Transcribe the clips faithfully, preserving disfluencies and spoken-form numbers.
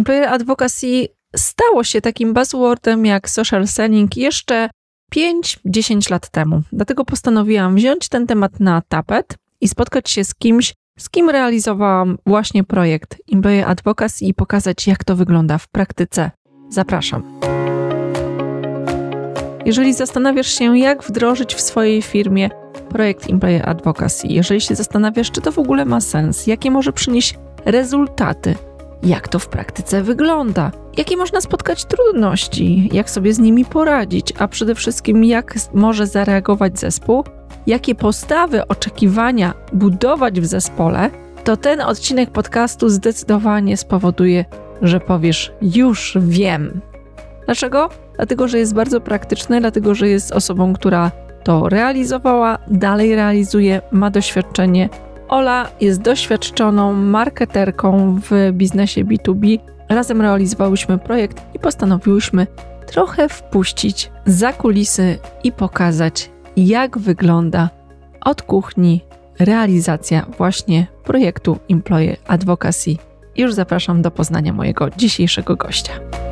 Employer Advocacy stało się takim buzzwordem jak social selling jeszcze pięć dziesięć lat temu. Dlatego postanowiłam wziąć ten temat na tapet i spotkać się z kimś, z kim realizowałam właśnie projekt Employer Advocacy i pokazać, jak to wygląda w praktyce. Zapraszam. Jeżeli zastanawiasz się, jak wdrożyć w swojej firmie projekt Employer Advocacy, jeżeli się zastanawiasz, czy to w ogóle ma sens, jakie może przynieść rezultaty, jak to w praktyce wygląda, jakie można spotkać trudności, jak sobie z nimi poradzić, a przede wszystkim jak może zareagować zespół, jakie postawy, oczekiwania budować w zespole, to ten odcinek podcastu zdecydowanie spowoduje, że powiesz, już wiem. Dlaczego? Dlatego, że jest bardzo praktyczny, dlatego, że jest osobą, która to realizowała, dalej realizuje, ma doświadczenie. Ola jest doświadczoną marketerką w biznesie B dwa B. Razem realizowałyśmy projekt i postanowiłyśmy trochę wpuścić za kulisy i pokazać, jak wygląda od kuchni realizacja właśnie projektu Employer Advocacy. Już zapraszam do poznania mojego dzisiejszego gościa.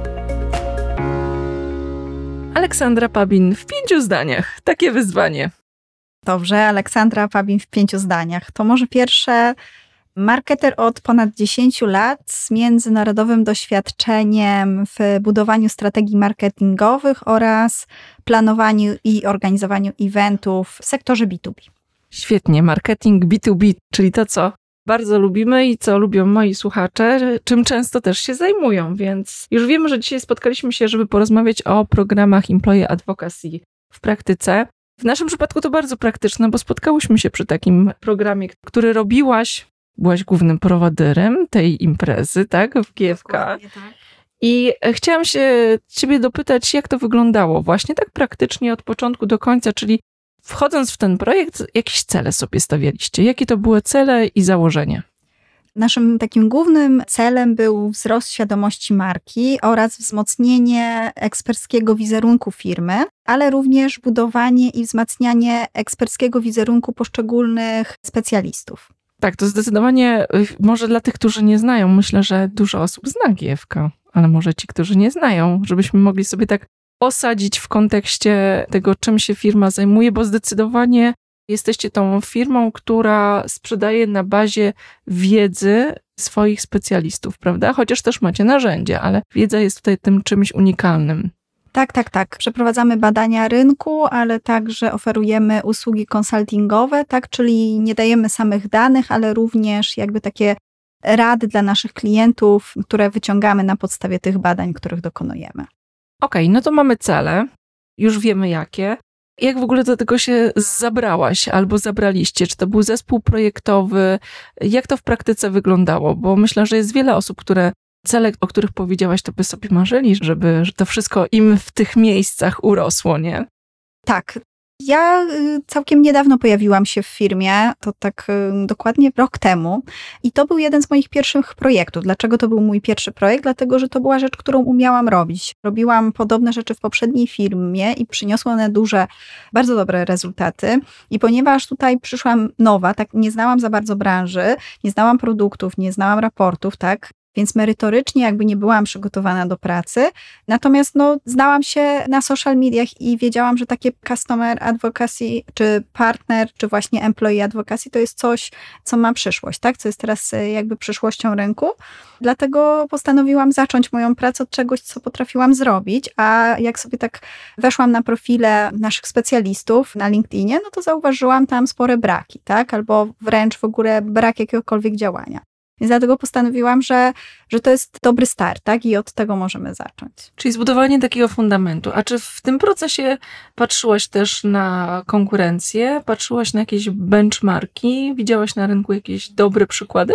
Aleksandra Pabin w pięciu zdaniach. Takie wyzwanie. Dobrze, Aleksandra Pabin w pięciu zdaniach. To może pierwsze, marketer od ponad dziesięciu lat z międzynarodowym doświadczeniem w budowaniu strategii marketingowych oraz planowaniu i organizowaniu eventów w sektorze B dwa B. Świetnie, marketing B dwa B, czyli to, co bardzo lubimy i co lubią moi słuchacze, czym często też się zajmują, więc już wiemy, że dzisiaj spotkaliśmy się, żeby porozmawiać o programach Employer Advocacy w praktyce. W naszym przypadku to bardzo praktyczne, bo spotkałyśmy się przy takim programie, który robiłaś, byłaś głównym prowodyrem tej imprezy, tak, w G F K. Dokładnie, tak. I chciałam się ciebie dopytać, jak to wyglądało właśnie tak praktycznie od początku do końca, czyli wchodząc w ten projekt, jakieś cele sobie stawialiście? Jakie to były cele i założenia? Naszym takim głównym celem był wzrost świadomości marki oraz wzmocnienie eksperckiego wizerunku firmy, ale również budowanie i wzmacnianie eksperckiego wizerunku poszczególnych specjalistów. Tak, to zdecydowanie, może dla tych, którzy nie znają, myślę, że dużo osób zna G F K, ale może ci, którzy nie znają, żebyśmy mogli sobie tak osadzić w kontekście tego, czym się firma zajmuje, bo zdecydowanie jesteście tą firmą, która sprzedaje na bazie wiedzy swoich specjalistów, prawda? Chociaż też macie narzędzia, ale wiedza jest tutaj tym czymś unikalnym. Tak, tak, tak. Przeprowadzamy badania rynku, ale także oferujemy usługi konsultingowe, tak, czyli nie dajemy samych danych, ale również jakby takie rady dla naszych klientów, które wyciągamy na podstawie tych badań, których dokonujemy. Okej, okay, no to mamy cele, już wiemy jakie. Jak w ogóle do tego się zabrałaś albo zabraliście? Czy to był zespół projektowy? Jak to w praktyce wyglądało? Bo myślę, że jest wiele osób, które cele, o których powiedziałaś, to by sobie marzyli, żeby że to wszystko im w tych miejscach urosło, nie? Tak. Ja całkiem niedawno pojawiłam się w firmie, to tak dokładnie rok temu i to był jeden z moich pierwszych projektów. Dlaczego to był mój pierwszy projekt? Dlatego, że to była rzecz, którą umiałam robić. Robiłam podobne rzeczy w poprzedniej firmie i przyniosły one duże, bardzo dobre rezultaty i ponieważ tutaj przyszłam nowa, tak nie znałam za bardzo branży, nie znałam produktów, nie znałam raportów, tak, więc merytorycznie jakby nie byłam przygotowana do pracy. Natomiast no, znałam się na social mediach i wiedziałam, że takie customer advocacy, czy partner, czy właśnie employee advocacy to jest coś, co ma przyszłość, tak? Co jest teraz jakby przyszłością rynku. Dlatego postanowiłam zacząć moją pracę od czegoś, co potrafiłam zrobić, a jak sobie tak weszłam na profile naszych specjalistów na LinkedInie, no to zauważyłam tam spore braki, tak? Albo wręcz w ogóle brak jakiegokolwiek działania. Więc dlatego postanowiłam, że, że to jest dobry start, tak? I od tego możemy zacząć. Czyli zbudowanie takiego fundamentu. A czy w tym procesie patrzyłaś też na konkurencję? Patrzyłaś na jakieś benchmarki? Widziałaś na rynku jakieś dobre przykłady?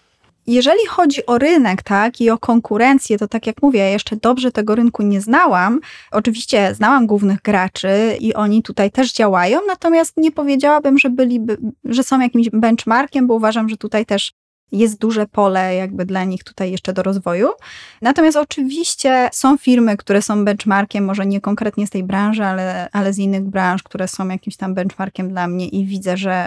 Jeżeli chodzi o rynek, tak, i o konkurencję, to tak jak mówię, ja jeszcze dobrze tego rynku nie znałam. Oczywiście znałam głównych graczy i oni tutaj też działają, natomiast nie powiedziałabym, że byliby, że są jakimś benchmarkiem, bo uważam, że tutaj też jest duże pole jakby dla nich tutaj jeszcze do rozwoju. Natomiast oczywiście są firmy, które są benchmarkiem, może nie konkretnie z tej branży, ale, ale z innych branż, które są jakimś tam benchmarkiem dla mnie i widzę, że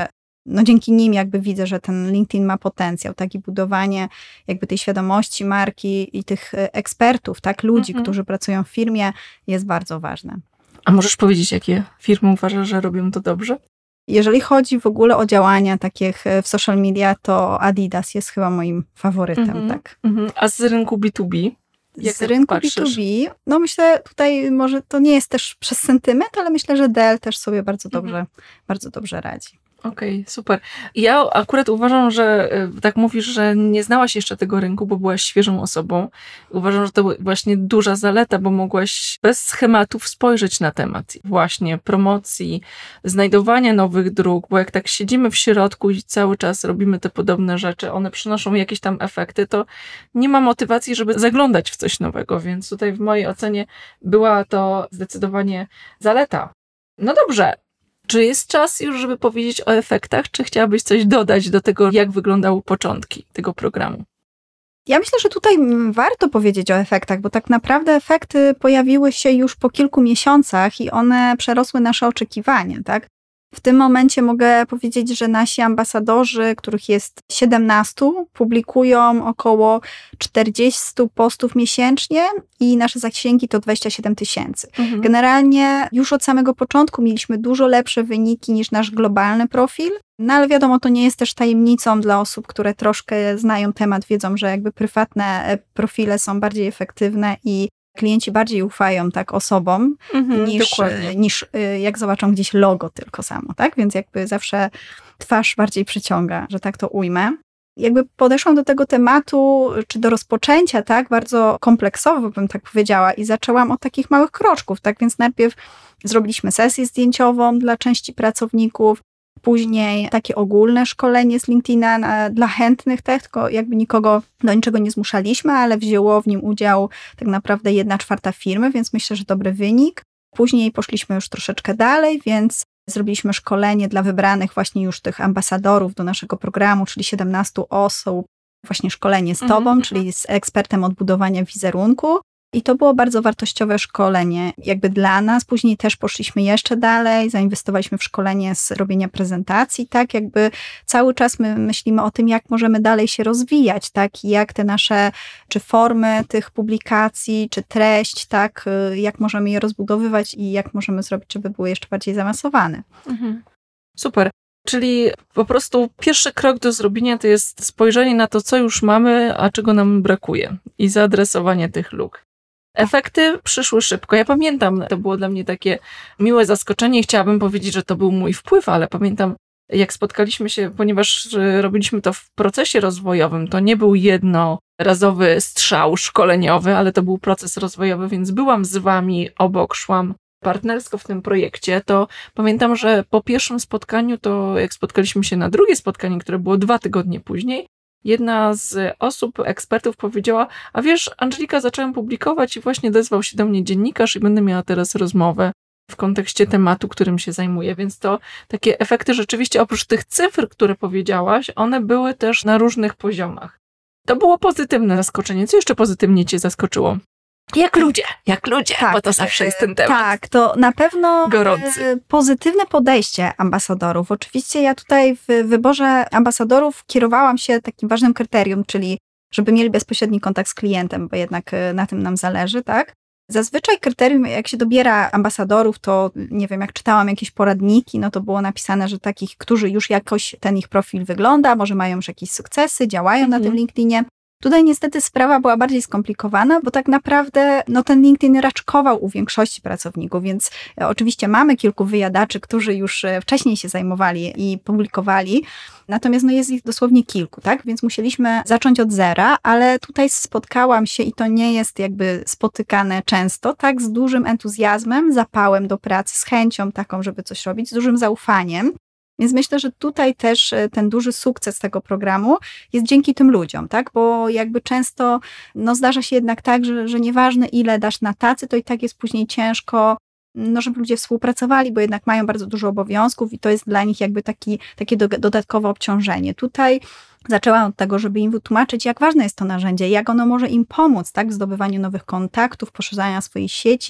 no dzięki nim jakby widzę, że ten LinkedIn ma potencjał, tak, i budowanie jakby tej świadomości marki i tych ekspertów, tak, ludzi, mhm. którzy pracują w firmie, jest bardzo ważne. A możesz powiedzieć, jakie firmy uważasz, że robią to dobrze? Jeżeli chodzi w ogóle o działania takich w social media, to Adidas jest chyba moim faworytem, mm-hmm, tak. Mm-hmm. A z rynku B dwa B? Jak z rynku patrzysz? B dwa B, no myślę tutaj może to nie jest też przez sentyment, ale myślę, że Dell też sobie bardzo dobrze, mm-hmm. bardzo dobrze radzi. Okej, okay, super. Ja akurat uważam, że tak mówisz, że nie znałaś jeszcze tego rynku, bo byłaś świeżą osobą. Uważam, że to właśnie duża zaleta, bo mogłaś bez schematów spojrzeć na temat właśnie promocji, znajdowania nowych dróg, bo jak tak siedzimy w środku i cały czas robimy te podobne rzeczy, one przynoszą jakieś tam efekty, to nie ma motywacji, żeby zaglądać w coś nowego, więc tutaj w mojej ocenie była to zdecydowanie zaleta. No dobrze. Czy jest czas już, żeby powiedzieć o efektach, czy chciałabyś coś dodać do tego, jak wyglądały początki tego programu? Ja myślę, że tutaj warto powiedzieć o efektach, bo tak naprawdę efekty pojawiły się już po kilku miesiącach i one przerosły nasze oczekiwania, tak? W tym momencie mogę powiedzieć, że nasi ambasadorzy, których jest siedemnastu, publikują około czterdzieści postów miesięcznie i nasze zasięgi to dwadzieścia siedem tysięcy. Mhm. Generalnie już od samego początku mieliśmy dużo lepsze wyniki niż nasz globalny profil, no ale wiadomo, to nie jest też tajemnicą dla osób, które troszkę znają temat, wiedzą, że jakby prywatne profile są bardziej efektywne i klienci bardziej ufają tak osobom, mhm, niż, niż jak zobaczą gdzieś logo tylko samo, tak? Więc jakby zawsze twarz bardziej przyciąga, że tak to ujmę. Jakby podeszłam do tego tematu, czy do rozpoczęcia, tak? Bardzo kompleksowo bym tak powiedziała i zaczęłam od takich małych kroczków, tak? Więc najpierw zrobiliśmy sesję zdjęciową dla części pracowników, później takie ogólne szkolenie z LinkedIna na, dla chętnych, tak, tylko jakby nikogo do niczego nie zmuszaliśmy, ale wzięło w nim udział tak naprawdę jedna czwarta firmy, więc myślę, że dobry wynik. Później poszliśmy już troszeczkę dalej, więc zrobiliśmy szkolenie dla wybranych właśnie już tych ambasadorów do naszego programu, czyli siedemnastu osób, właśnie szkolenie z tobą, mhm. czyli z ekspertem od budowania wizerunku. I to było bardzo wartościowe szkolenie jakby dla nas. Później też poszliśmy jeszcze dalej, zainwestowaliśmy w szkolenie z robienia prezentacji, tak jakby cały czas my myślimy o tym, jak możemy dalej się rozwijać, tak, i jak te nasze, czy formy tych publikacji, czy treść, tak, jak możemy je rozbudowywać i jak możemy zrobić, żeby były jeszcze bardziej zaawansowane. Mhm. Super. Czyli po prostu pierwszy krok do zrobienia to jest spojrzenie na to, co już mamy, a czego nam brakuje i zaadresowanie tych luk. Efekty przyszły szybko. Ja pamiętam, to było dla mnie takie miłe zaskoczenie i chciałabym powiedzieć, że to był mój wpływ, ale pamiętam, jak spotkaliśmy się, ponieważ robiliśmy to w procesie rozwojowym, to nie był jednorazowy strzał szkoleniowy, ale to był proces rozwojowy, więc byłam z wami obok, szłam partnersko w tym projekcie, to pamiętam, że po pierwszym spotkaniu, to jak spotkaliśmy się na drugie spotkanie, które było dwa tygodnie później, jedna z osób, ekspertów powiedziała, a wiesz, Angelika, zacząłem publikować i właśnie odezwał się do mnie dziennikarz i będę miała teraz rozmowę w kontekście tematu, którym się zajmuję, więc to takie efekty rzeczywiście oprócz tych cyfr, które powiedziałaś, one były też na różnych poziomach. To było pozytywne zaskoczenie. Co jeszcze pozytywnie cię zaskoczyło? Jak ludzie, jak ludzie, tak, bo to zawsze jest ten temat. Tak, to na pewno gorący. Pozytywne podejście ambasadorów. Oczywiście ja tutaj w wyborze ambasadorów kierowałam się takim ważnym kryterium, czyli żeby mieli bezpośredni kontakt z klientem, bo jednak na tym nam zależy, tak? Zazwyczaj kryterium, jak się dobiera ambasadorów, to nie wiem, jak czytałam jakieś poradniki, no to było napisane, że takich, którzy już jakoś ten ich profil wygląda, może mają już jakieś sukcesy, działają mhm. na tym LinkedInie. Tutaj niestety sprawa była bardziej skomplikowana, bo tak naprawdę no, ten LinkedIn raczkował u większości pracowników, więc oczywiście mamy kilku wyjadaczy, którzy już wcześniej się zajmowali i publikowali, natomiast no, jest ich dosłownie kilku, tak? Więc musieliśmy zacząć od zera, ale tutaj spotkałam się i to nie jest jakby spotykane często, tak? Z dużym entuzjazmem, zapałem do pracy, z chęcią taką, żeby coś robić, z dużym zaufaniem. Więc myślę, że tutaj też ten duży sukces tego programu jest dzięki tym ludziom, tak? Bo jakby często no zdarza się jednak tak, że, że nieważne ile dasz na tacy, to i tak jest później ciężko, no żeby ludzie współpracowali, bo jednak mają bardzo dużo obowiązków i to jest dla nich jakby taki, takie do, dodatkowe obciążenie. Tutaj zaczęłam od tego, żeby im wytłumaczyć, jak ważne jest to narzędzie, jak ono może im pomóc, tak? W zdobywaniu nowych kontaktów, poszerzania swojej sieci,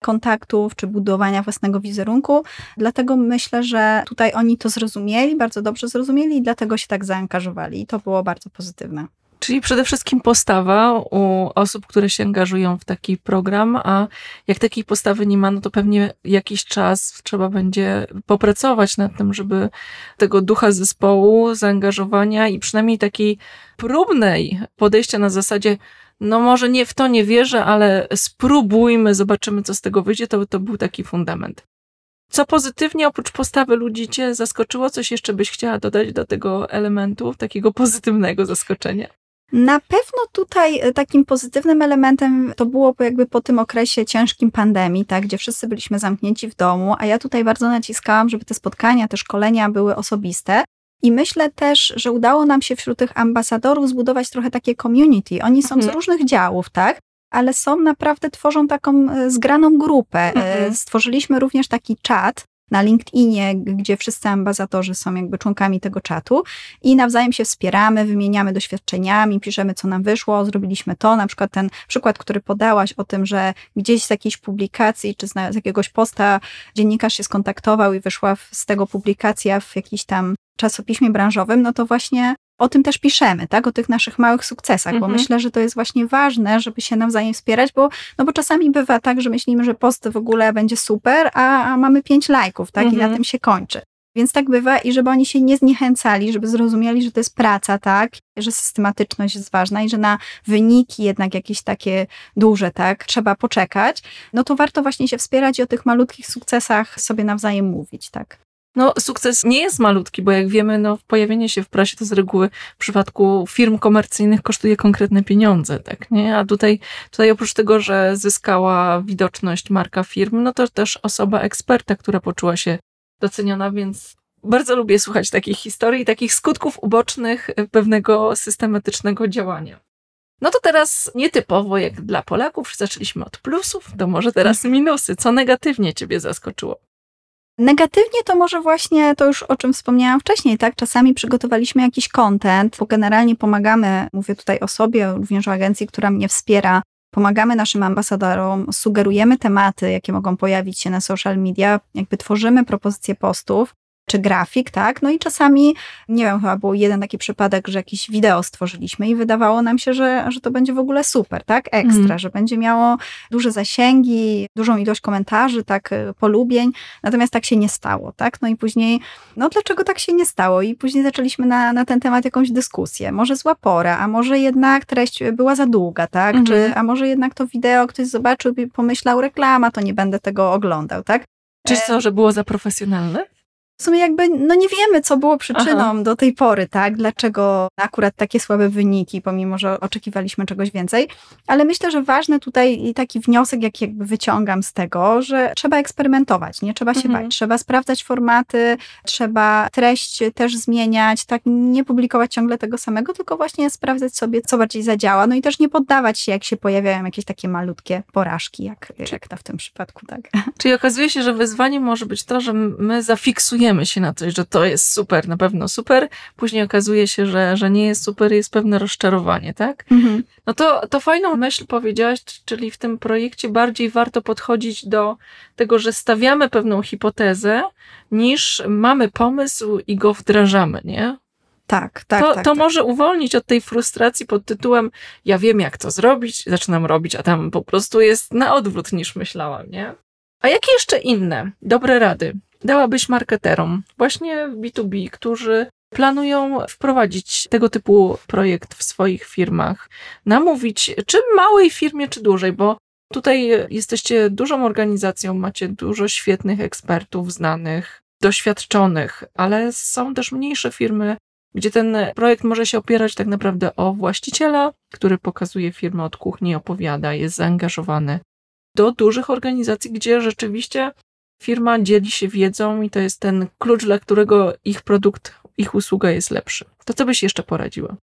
kontaktów, czy budowania własnego wizerunku. Dlatego myślę, że tutaj oni to zrozumieli, bardzo dobrze zrozumieli i dlatego się tak zaangażowali. I to było bardzo pozytywne. Czyli przede wszystkim postawa u osób, które się angażują w taki program, a jak takiej postawy nie ma, no to pewnie jakiś czas trzeba będzie popracować nad tym, żeby tego ducha zespołu, zaangażowania i przynajmniej takiej próbnej podejścia na zasadzie, no może nie w to nie wierzę, ale spróbujmy, zobaczymy, co z tego wyjdzie, to, to był taki fundament. Co pozytywnie oprócz postawy ludzi cię zaskoczyło? Coś jeszcze byś chciała dodać do tego elementu, takiego pozytywnego zaskoczenia? Na pewno tutaj takim pozytywnym elementem to było jakby po tym okresie ciężkim pandemii, tak, gdzie wszyscy byliśmy zamknięci w domu, a ja tutaj bardzo naciskałam, żeby te spotkania, te szkolenia były osobiste. I myślę też, że udało nam się wśród tych ambasadorów zbudować trochę takie community. Oni są mhm. z różnych działów, tak? Ale są naprawdę, tworzą taką zgraną grupę. Mhm. Stworzyliśmy również taki czat na LinkedInie, gdzie wszyscy ambasadorzy są jakby członkami tego czatu i nawzajem się wspieramy, wymieniamy doświadczeniami, piszemy, co nam wyszło, zrobiliśmy to. Na przykład ten przykład, który podałaś o tym, że gdzieś z jakiejś publikacji czy z jakiegoś posta dziennikarz się skontaktował i wyszła z tego publikacja w jakiś tam czasopiśmie branżowym, no to właśnie o tym też piszemy, tak? O tych naszych małych sukcesach, mhm. bo myślę, że to jest właśnie ważne, żeby się nawzajem wspierać, bo, no bo czasami bywa tak, że myślimy, że post w ogóle będzie super, a, a mamy pięć lajków, tak? Mhm. I na tym się kończy. Więc tak bywa i żeby oni się nie zniechęcali, żeby zrozumieli, że to jest praca, tak? Że systematyczność jest ważna i że na wyniki jednak jakieś takie duże, tak? Trzeba poczekać. No to warto właśnie się wspierać i o tych malutkich sukcesach sobie nawzajem mówić, tak? No, sukces nie jest malutki, bo jak wiemy, no, pojawienie się w prasie to z reguły w przypadku firm komercyjnych kosztuje konkretne pieniądze, tak, nie? A tutaj, tutaj oprócz tego, że zyskała widoczność marka firmy, no to też osoba eksperta, która poczuła się doceniona, więc bardzo lubię słuchać takich historii, takich skutków ubocznych pewnego systematycznego działania. No to teraz nietypowo jak dla Polaków, zaczęliśmy od plusów, to może teraz minusy. Co negatywnie ciebie zaskoczyło? Negatywnie to może właśnie to już, o czym wspomniałam wcześniej, tak? Czasami przygotowaliśmy jakiś content, bo generalnie pomagamy, mówię tutaj o sobie, również o agencji, która mnie wspiera, pomagamy naszym ambasadorom, sugerujemy tematy, jakie mogą pojawić się na social media, jakby tworzymy propozycje postów, czy grafik, tak? No i czasami, nie wiem, chyba był jeden taki przypadek, że jakieś wideo stworzyliśmy i wydawało nam się, że, że to będzie w ogóle super, tak? Ekstra, mm. że będzie miało duże zasięgi, dużą ilość komentarzy, tak, polubień, natomiast tak się nie stało, tak? No i później, no dlaczego tak się nie stało? I później zaczęliśmy na, na ten temat jakąś dyskusję. Może zła pora, a może jednak treść była za długa, tak? Mm. Czy, a może jednak to wideo ktoś zobaczył i pomyślał, reklama, to nie będę tego oglądał, tak? Czy co, że było za profesjonalne? W sumie jakby, no nie wiemy, co było przyczyną Aha. do tej pory, tak? Dlaczego akurat takie słabe wyniki, pomimo, że oczekiwaliśmy czegoś więcej. Ale myślę, że ważny tutaj taki wniosek, jaki jakby wyciągam z tego, że trzeba eksperymentować, nie trzeba się mhm. bać. Trzeba sprawdzać formaty, trzeba treść też zmieniać, tak? Nie publikować ciągle tego samego, tylko właśnie sprawdzać sobie, co bardziej zadziała. No i też nie poddawać się, jak się pojawiają jakieś takie malutkie porażki, jak, jak to w tym przypadku, tak? Czyli okazuje się, że wyzwaniem może być to, że my zafiksujemy się na coś, że to jest super, na pewno super. Później okazuje się, że, że nie jest super, jest pewne rozczarowanie, tak? Mhm. No to, to fajną myśl powiedziałaś, czyli w tym projekcie bardziej warto podchodzić do tego, że stawiamy pewną hipotezę, niż mamy pomysł i go wdrażamy, nie? Tak, tak, to, tak. To tak. może uwolnić od tej frustracji pod tytułem ja wiem, jak to zrobić, zaczynam robić, a tam po prostu jest na odwrót niż myślałam, nie? A jakie jeszcze inne dobre rady dałabyś marketerom właśnie w B dwa B, którzy planują wprowadzić tego typu projekt w swoich firmach, namówić czy małej firmie, czy dużej, bo tutaj jesteście dużą organizacją, macie dużo świetnych ekspertów, znanych, doświadczonych, ale są też mniejsze firmy, gdzie ten projekt może się opierać tak naprawdę o właściciela, który pokazuje firmę od kuchni, opowiada, jest zaangażowany, do dużych organizacji, gdzie rzeczywiście firma dzieli się wiedzą i to jest ten klucz, dla którego ich produkt, ich usługa jest lepszy. To co byś jeszcze poradziła?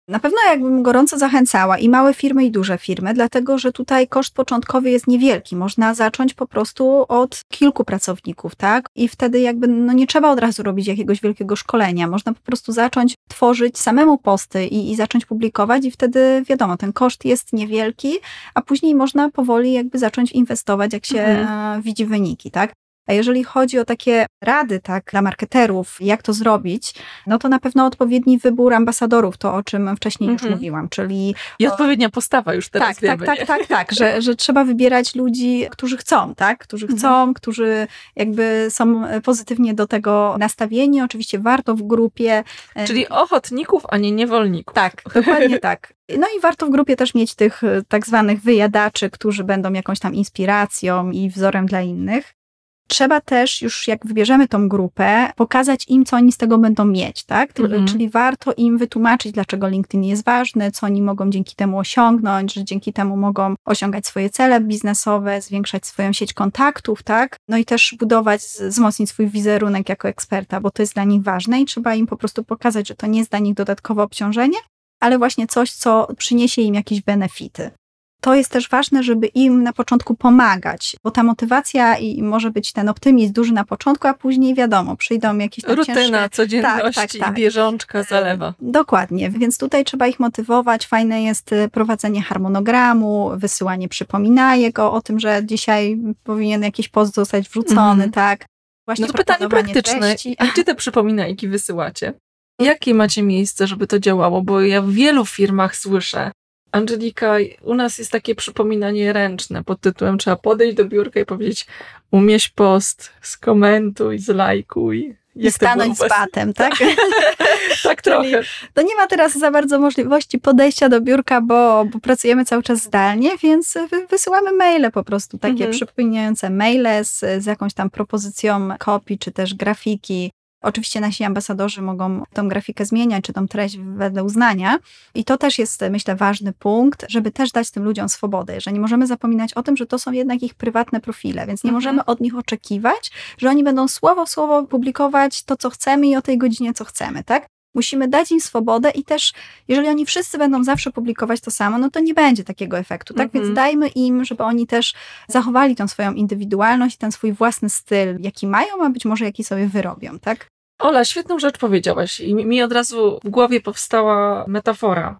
Na pewno jakbym gorąco zachęcała i małe firmy, i duże firmy, dlatego że tutaj koszt początkowy jest niewielki. Można zacząć po prostu od kilku pracowników, tak? I wtedy jakby no nie trzeba od razu robić jakiegoś wielkiego szkolenia. Można po prostu zacząć tworzyć samemu posty i, i zacząć publikować i wtedy wiadomo, ten koszt jest niewielki, a później można powoli jakby zacząć inwestować, jak się mhm. widzi wyniki, tak? A jeżeli chodzi o takie rady, tak, dla marketerów, jak to zrobić, no to na pewno odpowiedni wybór ambasadorów, to o czym wcześniej mm-hmm. już mówiłam, czyli... I odpowiednia postawa już teraz tak, wiemy. Tak, tak, tak, tak, że, że trzeba wybierać ludzi, którzy chcą, tak, którzy chcą, mm-hmm. którzy jakby są pozytywnie do tego nastawieni. Oczywiście warto w grupie... Czyli ochotników, a nie niewolników. Tak, dokładnie tak. No i warto w grupie też mieć tych tak zwanych wyjadaczy, którzy będą jakąś tam inspiracją i wzorem dla innych. Trzeba też już, jak wybierzemy tą grupę, pokazać im, co oni z tego będą mieć, tak? Mhm. Czyli warto im wytłumaczyć, dlaczego LinkedIn jest ważny, co oni mogą dzięki temu osiągnąć, że dzięki temu mogą osiągać swoje cele biznesowe, zwiększać swoją sieć kontaktów, tak? No i też budować, wzmocnić swój wizerunek jako eksperta, bo to jest dla nich ważne i trzeba im po prostu pokazać, że to nie jest dla nich dodatkowe obciążenie, ale właśnie coś, co przyniesie im jakieś benefity. To jest też ważne, żeby im na początku pomagać, bo ta motywacja i może być ten optymizm duży na początku, a później wiadomo, przyjdą jakieś tam rutyna, ciężkie... codzienności tak, tak, tak. i bieżączka zalewa. Dokładnie, więc tutaj trzeba ich motywować. Fajne jest prowadzenie harmonogramu, wysyłanie przypominajek o, o tym, że dzisiaj powinien jakiś post zostać wrzucony, mm. tak. Właśnie no to pytanie praktyczne, treści. A gdzie te przypominajki wysyłacie? Jakie macie miejsce, żeby to działało? Bo ja w wielu firmach słyszę, Angelika, u nas jest takie przypominanie ręczne pod tytułem trzeba podejść do biurka i powiedzieć umieść post, skomentuj, zlajkuj. I stanąć z batem, tak? Tak trochę. To nie ma teraz za bardzo możliwości podejścia do biurka, bo, bo pracujemy cały czas zdalnie, więc wysyłamy maile po prostu, takie mhm. przypominające maile z, z jakąś tam propozycją kopii, czy też grafiki. Oczywiście nasi ambasadorzy mogą tą grafikę zmieniać, czy tą treść wedle uznania. I to też jest, myślę, ważny punkt, żeby też dać tym ludziom swobodę, że nie możemy zapominać o tym, że to są jednak ich prywatne profile, więc nie mhm. możemy od nich oczekiwać, że oni będą słowo w słowo publikować to, co chcemy i o tej godzinie, co chcemy, tak? Musimy dać im swobodę i też, jeżeli oni wszyscy będą zawsze publikować to samo, no to nie będzie takiego efektu, tak? Mhm. Więc dajmy im, żeby oni też zachowali tą swoją indywidualność, ten swój własny styl, jaki mają, a być może jaki sobie wyrobią, tak? Ola, świetną rzecz powiedziałaś i mi od razu w głowie powstała metafora,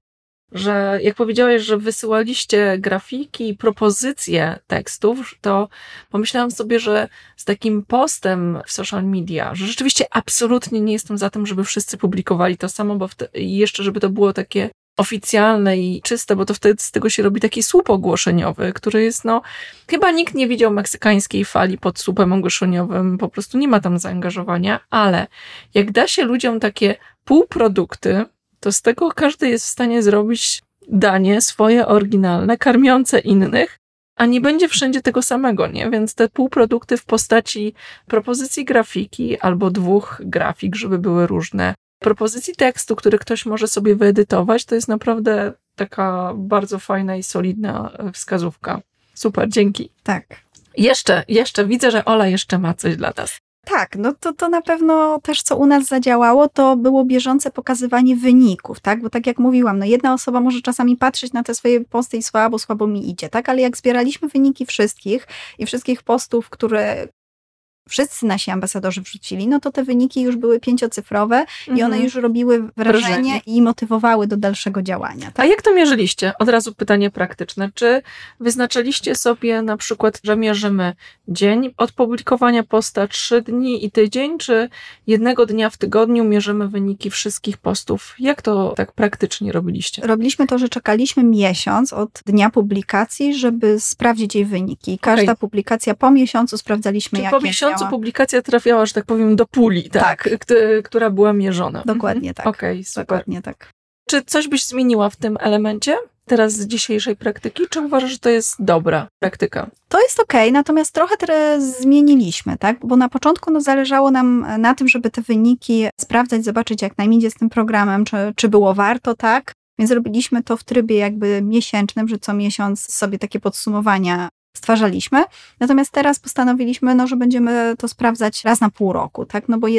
że jak powiedziałaś, że wysyłaliście grafiki i propozycje tekstów, to pomyślałam sobie, że z takim postem w social media, że rzeczywiście absolutnie nie jestem za tym, żeby wszyscy publikowali to samo, bo wte- i jeszcze żeby to było takie oficjalne i czyste, bo to wtedy z tego się robi taki słup ogłoszeniowy, który jest, no, chyba nikt nie widział meksykańskiej fali pod słupem ogłoszeniowym, po prostu nie ma tam zaangażowania, ale jak da się ludziom takie półprodukty, to z tego każdy jest w stanie zrobić danie swoje oryginalne, karmiące innych, a nie będzie wszędzie tego samego, nie? Więc te półprodukty w postaci propozycji grafiki albo dwóch grafik, żeby były różne, propozycji tekstu, który ktoś może sobie wyedytować, to jest naprawdę taka bardzo fajna i solidna wskazówka. Super, dzięki. Tak. Jeszcze, jeszcze, widzę, że Ola jeszcze ma coś dla nas. Tak, no to, to na pewno też, co u nas zadziałało, to było bieżące pokazywanie wyników, tak? Bo tak jak mówiłam, no jedna osoba może czasami patrzeć na te swoje posty i słabo, słabo mi idzie, tak? Ale jak zbieraliśmy wyniki wszystkich i wszystkich postów, które wszyscy nasi ambasadorzy wrzucili, no to te wyniki już były pięciocyfrowe mhm. i one już robiły wrażenie, wrażenie i motywowały do dalszego działania. Tak? A jak to mierzyliście? Od razu pytanie praktyczne. Czy wyznaczyliście sobie na przykład, że mierzymy dzień od publikowania posta, trzy dni i tydzień, czy jednego dnia w tygodniu mierzymy wyniki wszystkich postów? Jak to tak praktycznie robiliście? Robiliśmy to, że czekaliśmy miesiąc od dnia publikacji, żeby sprawdzić jej wyniki. Każda okay. publikacja po miesiącu sprawdzaliśmy, Czy jakie po miesiącu miała. Publikacja trafiała, że tak powiem, do puli, tak, tak. K- która była mierzona. Dokładnie mhm. tak. Okej, okay, super. Dokładnie tak. Czy coś byś zmieniła w tym elemencie teraz z dzisiejszej praktyki, czy uważasz, że to jest dobra praktyka? To jest okej, okay, natomiast trochę teraz zmieniliśmy, tak? Bo na początku no, zależało nam na tym, żeby te wyniki sprawdzać, zobaczyć, jak nam idzie z tym programem, czy, czy było warto, tak? Więc robiliśmy to w trybie jakby miesięcznym, że co miesiąc sobie takie podsumowania stwarzaliśmy. Natomiast teraz postanowiliśmy, no, że będziemy to sprawdzać raz na pół roku, tak? No bo jednak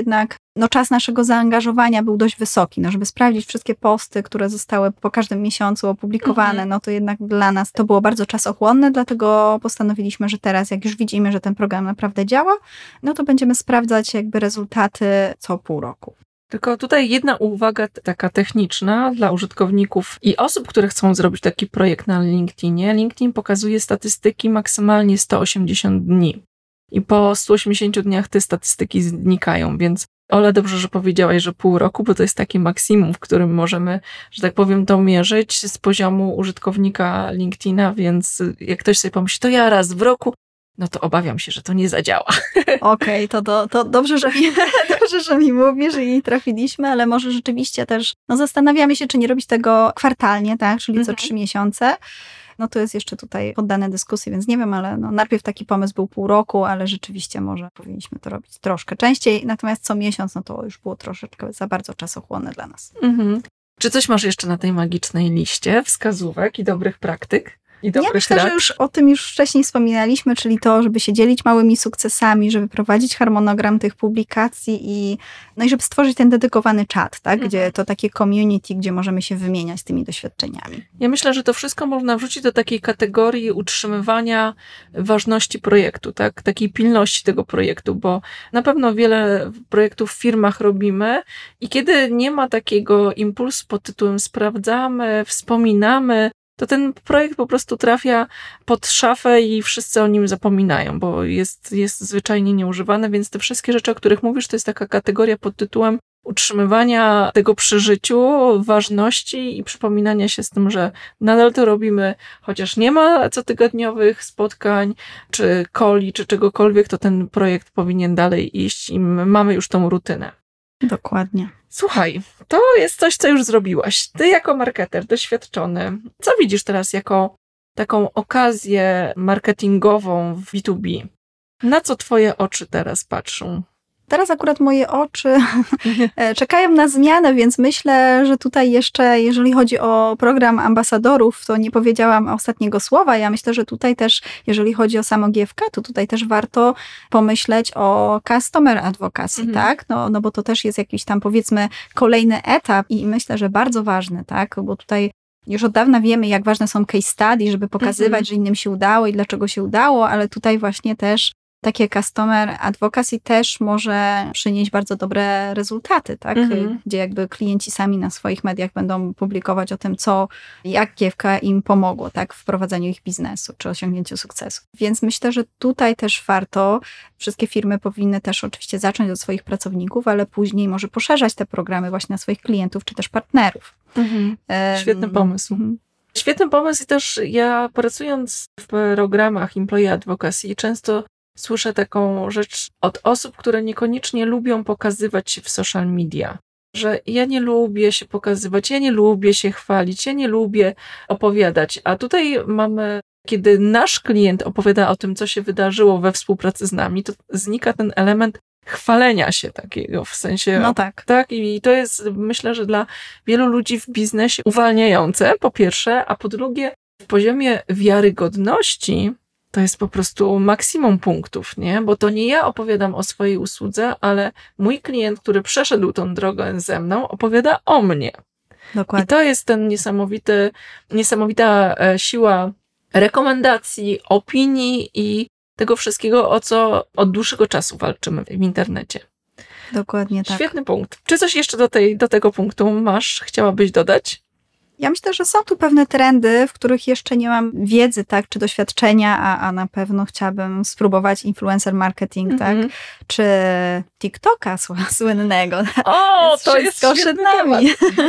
no czas naszego zaangażowania był dość wysoki, no żeby sprawdzić wszystkie posty, które zostały po każdym miesiącu opublikowane, mhm. no to jednak dla nas to było bardzo czasochłonne, dlatego postanowiliśmy, że teraz jak już widzimy, że ten program naprawdę działa, no to będziemy sprawdzać jakby rezultaty co pół roku. Tylko tutaj jedna uwaga taka techniczna dla użytkowników i osób, które chcą zrobić taki projekt na LinkedInie. LinkedIn pokazuje statystyki maksymalnie sto osiemdziesiąt dni. I po stu osiemdziesięciu dniach te statystyki znikają, więc Ola, dobrze, że powiedziałaś, że pół roku, bo to jest taki maksimum, w którym możemy, że tak powiem, to mierzyć z poziomu użytkownika LinkedIna, więc jak ktoś sobie pomyśli, to ja raz w roku, no to obawiam się, że to nie zadziała. Okej, okay, to, to, to dobrze, że mi, dobrze, że mi mówisz i jej trafiliśmy, ale może rzeczywiście też no zastanawiamy się, czy nie robić tego kwartalnie, tak, czyli co mhm. trzy miesiące. No to jest jeszcze tutaj poddane dyskusji, więc nie wiem, ale no najpierw taki pomysł był pół roku, ale rzeczywiście może powinniśmy to robić troszkę częściej, natomiast co miesiąc, no to już było troszeczkę za bardzo czasochłonne dla nas. Mhm. Czy coś masz jeszcze na tej magicznej liście wskazówek i dobrych praktyk? I ja myślę, rad? że już o tym już wcześniej wspominaliśmy, czyli to, żeby się dzielić małymi sukcesami, żeby prowadzić harmonogram tych publikacji i no i żeby stworzyć ten dedykowany czat, tak, mhm. gdzie to takie community, gdzie możemy się wymieniać tymi doświadczeniami. Ja myślę, że to wszystko można wrzucić do takiej kategorii utrzymywania ważności projektu, tak, takiej pilności tego projektu, bo na pewno wiele projektów w firmach robimy i kiedy nie ma takiego impulsu pod tytułem sprawdzamy, wspominamy, to ten projekt po prostu trafia pod szafę i wszyscy o nim zapominają, bo jest, jest zwyczajnie nieużywany, więc te wszystkie rzeczy, o których mówisz, to jest taka kategoria pod tytułem utrzymywania tego przy życiu, ważności i przypominania się z tym, że nadal to robimy, chociaż nie ma cotygodniowych spotkań, czy coli, czy czegokolwiek, to ten projekt powinien dalej iść i my mamy już tą rutynę. Dokładnie. Słuchaj, to jest coś, co już zrobiłaś. Ty jako marketer doświadczony, co widzisz teraz jako taką okazję marketingową w B dwa B? Na co twoje oczy teraz patrzą? Teraz akurat moje oczy czekają na zmianę, więc myślę, że tutaj jeszcze, jeżeli chodzi o program ambasadorów, to nie powiedziałam ostatniego słowa. Ja myślę, że tutaj też, jeżeli chodzi o samo G F K, to tutaj też warto pomyśleć o customer advocacy, mhm. tak? No, no bo to też jest jakiś tam, powiedzmy, kolejny etap i myślę, że bardzo ważny, tak? Bo tutaj już od dawna wiemy, jak ważne są case study, żeby pokazywać, mhm. że innym się udało i dlaczego się udało, ale tutaj właśnie też takie customer advocacy też może przynieść bardzo dobre rezultaty, tak? Mhm. Gdzie jakby klienci sami na swoich mediach będą publikować o tym, co, jak G F K im pomogło, tak? W prowadzeniu ich biznesu, czy osiągnięciu sukcesu. Więc myślę, że tutaj też warto, wszystkie firmy powinny też oczywiście zacząć od swoich pracowników, ale później może poszerzać te programy właśnie na swoich klientów, czy też partnerów. Mhm. Świetny pomysł. Mhm. Świetny pomysł i też ja pracując w programach Employee Advocacy często słyszę taką rzecz od osób, które niekoniecznie lubią pokazywać się w social media, że ja nie lubię się pokazywać, ja nie lubię się chwalić, ja nie lubię opowiadać, a tutaj mamy, kiedy nasz klient opowiada o tym, co się wydarzyło we współpracy z nami, to znika ten element chwalenia się takiego, w sensie... No tak. Tak, i to jest, myślę, że dla wielu ludzi w biznesie uwalniające, po pierwsze, a po drugie, w poziomie wiarygodności to jest po prostu maksimum punktów, nie? Bo to nie ja opowiadam o swojej usłudze, ale mój klient, który przeszedł tą drogę ze mną, opowiada o mnie. Dokładnie. I to jest ten niesamowity, niesamowita siła rekomendacji, opinii i tego wszystkiego, o co od dłuższego czasu walczymy w internecie. Dokładnie tak. Świetny punkt. Czy coś jeszcze do, tej, do tego punktu masz, chciałabyś dodać? Ja myślę, że są tu pewne trendy, w których jeszcze nie mam wiedzy, tak, czy doświadczenia, a, a na pewno chciałabym spróbować influencer marketing, mm-hmm. tak, czy TikToka słynnego. O, to jest przed nami.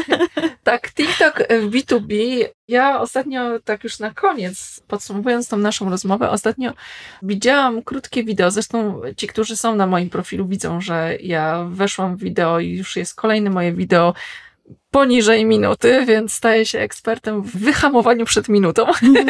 Tak, TikTok w B dwa B. Ja ostatnio, tak już na koniec, podsumowując tą naszą rozmowę, ostatnio widziałam krótkie wideo, zresztą ci, którzy są na moim profilu, widzą, że ja weszłam w wideo i już jest kolejne moje wideo poniżej minuty, więc staję się ekspertem w wyhamowaniu przed minutą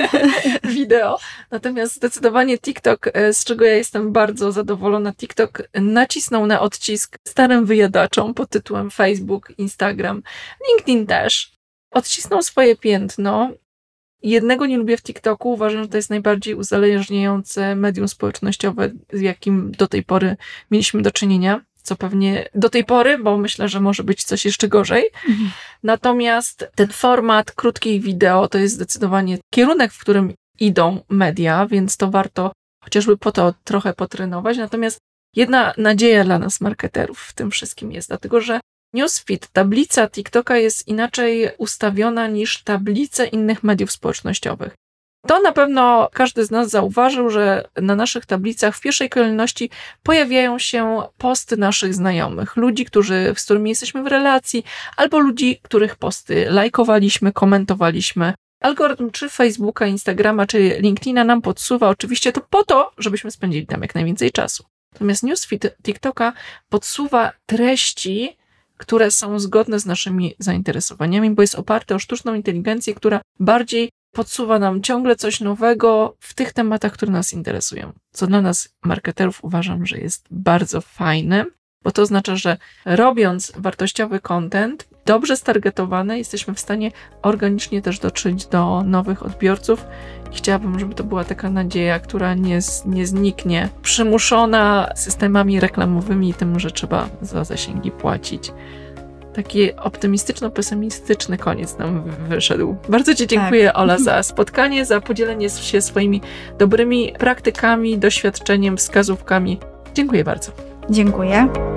wideo. Natomiast zdecydowanie TikTok, z czego ja jestem bardzo zadowolona, TikTok nacisnął na odcisk starym wyjadaczom pod tytułem Facebook, Instagram, LinkedIn też. Odcisnął swoje piętno. Jednego nie lubię w TikToku. Uważam, że to jest najbardziej uzależniające medium społecznościowe, z jakim do tej pory mieliśmy do czynienia. co pewnie do tej pory, bo myślę, że może być coś jeszcze gorzej. Mhm. Natomiast ten format krótkiej wideo to jest zdecydowanie kierunek, w którym idą media, więc to warto chociażby po to trochę potrenować. Natomiast jedna nadzieja dla nas, marketerów, w tym wszystkim jest, dlatego że newsfeed, tablica TikToka jest inaczej ustawiona niż tablice innych mediów społecznościowych. To na pewno każdy z nas zauważył, że na naszych tablicach w pierwszej kolejności pojawiają się posty naszych znajomych, ludzi, którzy, z którymi jesteśmy w relacji, albo ludzi, których posty lajkowaliśmy, komentowaliśmy. Algorytm czy Facebooka, Instagrama, czy LinkedIna nam podsuwa oczywiście to po to, żebyśmy spędzili tam jak najwięcej czasu. Natomiast newsfeed TikToka podsuwa treści, które są zgodne z naszymi zainteresowaniami, bo jest oparte o sztuczną inteligencję, która bardziej podsuwa nam ciągle coś nowego w tych tematach, które nas interesują. Co dla nas, marketerów, uważam, że jest bardzo fajne, bo to oznacza, że robiąc wartościowy content, dobrze stargetowany, jesteśmy w stanie organicznie też dotrzeć do nowych odbiorców. I chciałabym, żeby to była taka nadzieja, która nie, nie zniknie, przymuszona systemami reklamowymi i tym, że trzeba za zasięgi płacić. Taki optymistyczno-pesymistyczny koniec nam wyszedł. Bardzo Ci dziękuję, tak. Ola, za spotkanie, za podzielenie się swoimi dobrymi praktykami, doświadczeniem, wskazówkami. Dziękuję bardzo. Dziękuję.